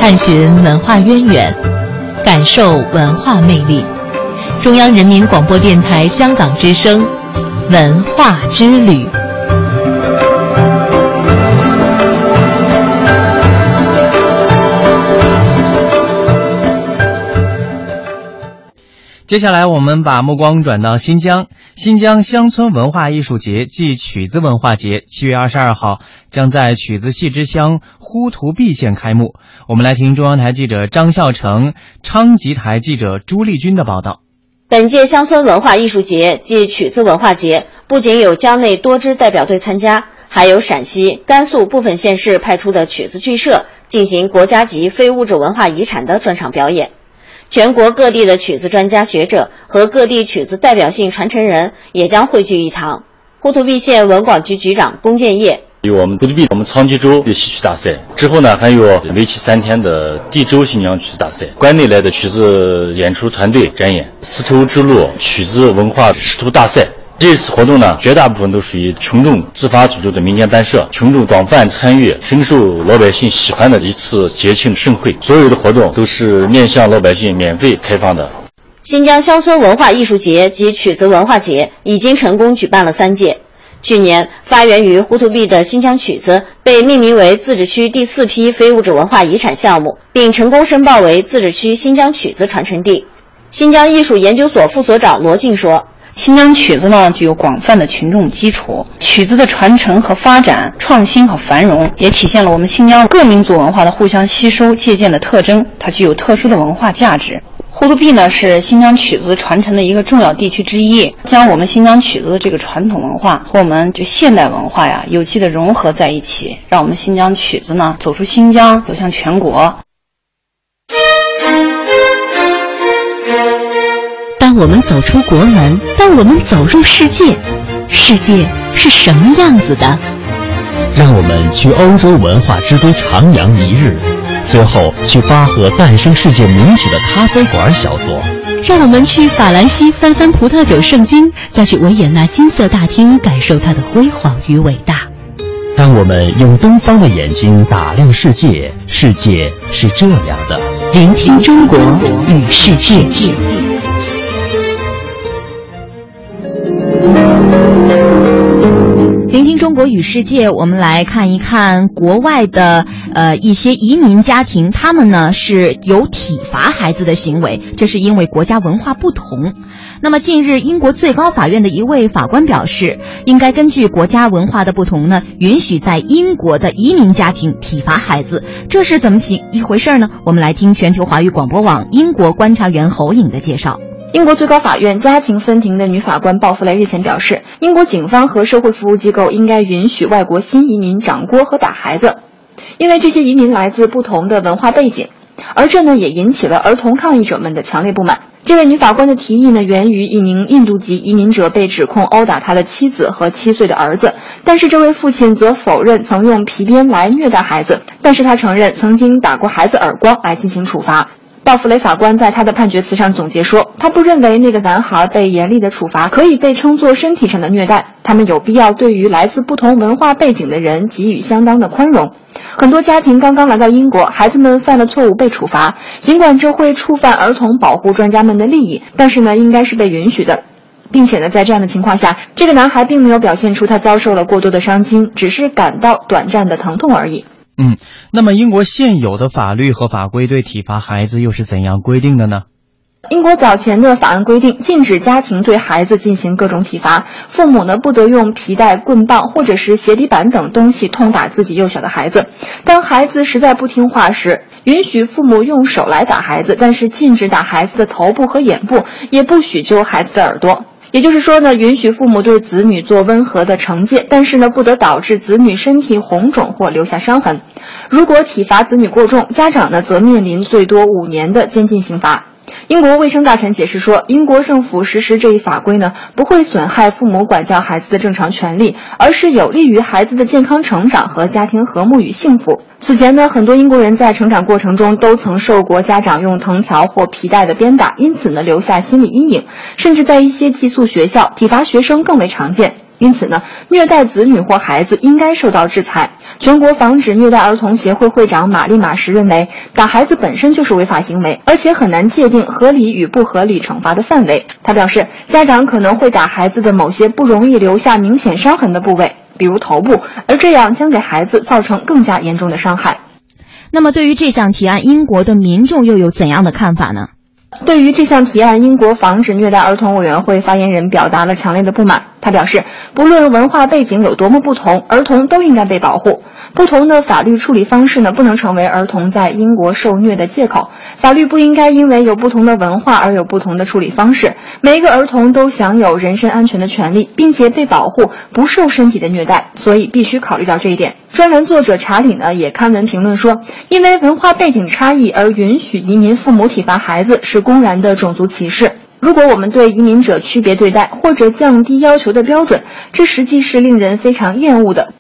探寻文化渊源，感受文化魅力。中央人民广播电台香港之声，文化之旅。 接下来我们把目光转到新疆。新疆乡村文化艺术节暨曲子文化节7月22号将在曲子系之乡呼图壁县开幕。我们来听中央台记者张孝成、昌吉台记者朱丽君的报道。 本届乡村文化艺术节暨曲子文化节不仅有疆内多支代表队参加，还有陕西、甘肃部分县市派出的曲子剧社进行国家级非物质文化遗产的专场表演。全国各地的曲子专家学者和各地曲子代表性传承人也将汇聚一堂。呼图壁县文广局局长龚建业， 有我们呼图壁长吉州的戏曲大赛，之后呢还有为期3天的地州新疆曲子大赛，关内来的曲子演出团队展演，丝绸之路曲子文化师徒大赛。这次活动呢，绝大部分都属于群众自发组织的民间单社，群众广泛参与，深受老百姓喜欢的一次节庆盛会。所有的活动都是面向老百姓免费开放的。 新疆乡村文化艺术节及曲子文化节已经成功举办了3届。去年，发源于呼图壁的新疆曲子被命名为自治区第4批非物质文化遗产项目，并成功申报为自治区新疆曲子传承地。新疆艺术研究所副所长罗静说， 新疆曲子呢具有广泛的群众基础，曲子的传承和发展、创新和繁荣，也体现了我们新疆各民族文化的互相吸收借鉴的特征，它具有特殊的文化价值。呼图壁呢是新疆曲子传承的一个重要地区之一，将我们新疆曲子的这个传统文化和我们这现代文化呀有机的融合在一起，让我们新疆曲子呢走出新疆，走向全国。 当我们走出国门，当我们走入世界，世界是什么样子的？ 让我们去欧洲文化之都徜徉一日，随后去巴赫诞生世界名曲的咖啡馆小坐。 让我们去法兰西翻翻葡萄酒圣经，再去维也纳金色大厅感受它的辉煌与伟大。 让我们用东方的眼睛打量世界，世界是这样的。 聆听中国与世界。聆听中国与世界，我们来看一看国外的一些移民家庭，他们呢是有体罚孩子的行为，这是因为国家文化不同。那么近日，英国最高法院的一位法官表示，应该根据国家文化的不同呢，允许在英国的移民家庭体罚孩子，这是怎么一回事呢？我们来听全球华语广播网英国观察员侯颖的介绍。 英国最高法院家庭分庭的女法官鲍弗雷日前表示，英国警方和社会服务机构应该允许外国新移民掌掴和打孩子，因为这些移民来自不同的文化背景，而这呢也引起了儿童抗议者们的强烈不满。这位女法官的提议呢，源于一名印度籍移民者被指控殴打他的妻子和7岁的儿子，但是这位父亲则否认曾用皮鞭来虐待孩子，但是他承认曾经打过孩子耳光来进行处罚。鲍弗雷法官在他的判决词上总结说，他不认为那个男孩被严厉的处罚可以被称作身体上的虐待，他们有必要对于来自不同文化背景的人给予相当的宽容。很多家庭刚刚来到英国，孩子们犯了错误被处罚，尽管这会触犯儿童保护专家们的利益，但是呢应该是被允许的。并且呢在这样的情况下，这个男孩并没有表现出他遭受了过多的伤心，只是感到短暂的疼痛而已。 那么英国现有的法律和法规对体罚孩子又是怎样规定的呢？ 英国早前的法案规定，禁止家庭对孩子进行各种体罚，父母呢不得用皮带、棍棒或者是鞋底板等东西痛打自己幼小的孩子。当孩子实在不听话时，允许父母用手来打孩子，但是禁止打孩子的头部和眼部，也不许揪孩子的耳朵。也就是说呢，允许父母对子女做温和的惩戒，但是呢，不得导致子女身体红肿或留下伤痕。如果体罚子女过重，家长呢则面临最多5年的监禁刑罚。英国卫生大臣解释说，英国政府实施这一法规呢，不会损害父母管教孩子的正常权利，而是有利于孩子的健康成长和家庭和睦与幸福。此前呢，很多英国人在成长过程中都曾受过家长用藤条或皮带的鞭打，因此呢留下心理阴影，甚至在一些寄宿学校，体罚学生更为常见。因此呢，虐待子女或孩子应该受到制裁。 全国防止虐待儿童协会会长玛丽马什认为，打孩子本身就是违法行为，而且很难界定合理与不合理惩罚的范围。他表示，家长可能会打孩子的某些不容易留下明显伤痕的部位，比如头部，而这样将给孩子造成更加严重的伤害。 那么对于这项提案，英国的民众又有怎样的看法呢？ 对于这项提案，英国防止虐待儿童委员会发言人表达了强烈的不满。他表示，不论文化背景有多么不同，儿童都应该被保护。不同的法律处理方式呢，不能成为儿童在英国受虐的借口。法律不应该因为有不同的文化而有不同的处理方式。每一个儿童都享有人身安全的权利，并且被保护，不受身体的虐待，所以必须考虑到这一点。专栏作者查理呢也刊文评论说，因为文化背景差异而允许移民父母体罚孩子是公然的种族歧视。如果我们对移民者区别对待或者降低要求的标准，这实际是令人非常厌恶的，